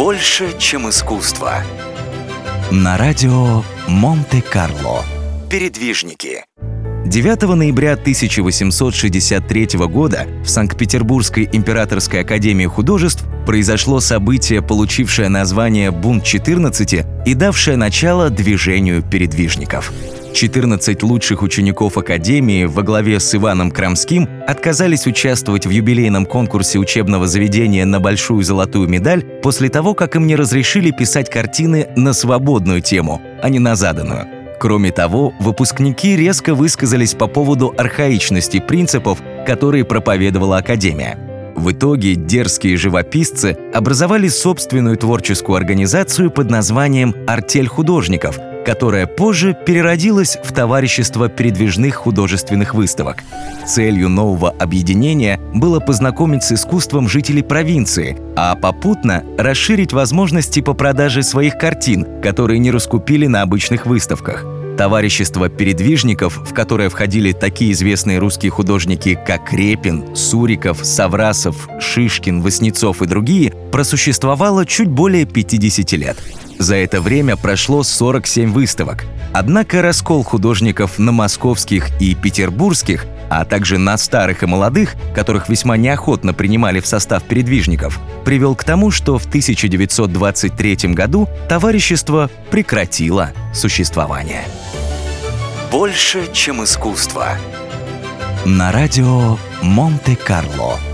Больше, чем искусство. На радио Монте-Карло. Передвижники. 9 ноября 1863 года в Санкт-Петербургской императорской академии художеств произошло событие, получившее название «Бунт 14» и давшее начало движению передвижников. 14 лучших учеников Академии во главе с Иваном Крамским отказались участвовать в юбилейном конкурсе учебного заведения на большую золотую медаль после того, как им не разрешили писать картины на свободную тему, а не на заданную. Кроме того, выпускники резко высказались по поводу архаичности принципов, которые проповедовала Академия. В итоге дерзкие живописцы образовали собственную творческую организацию под названием «Артель художников», которая позже переродилась в Товарищество передвижных художественных выставок. Целью нового объединения было познакомить с искусством жителей провинции, а попутно расширить возможности по продаже своих картин, которые не раскупили на обычных выставках. Товарищество передвижников, в которое входили такие известные русские художники, как Репин, Суриков, Саврасов, Шишкин, Васнецов и другие, просуществовало чуть более 50 лет. За это время прошло 47 выставок. Однако раскол художников на московских и петербургских, а также на старых и молодых, которых весьма неохотно принимали в состав передвижников, привел к тому, что в 1923 году товарищество прекратило существование. Больше, чем искусство. На радио Монте-Карло.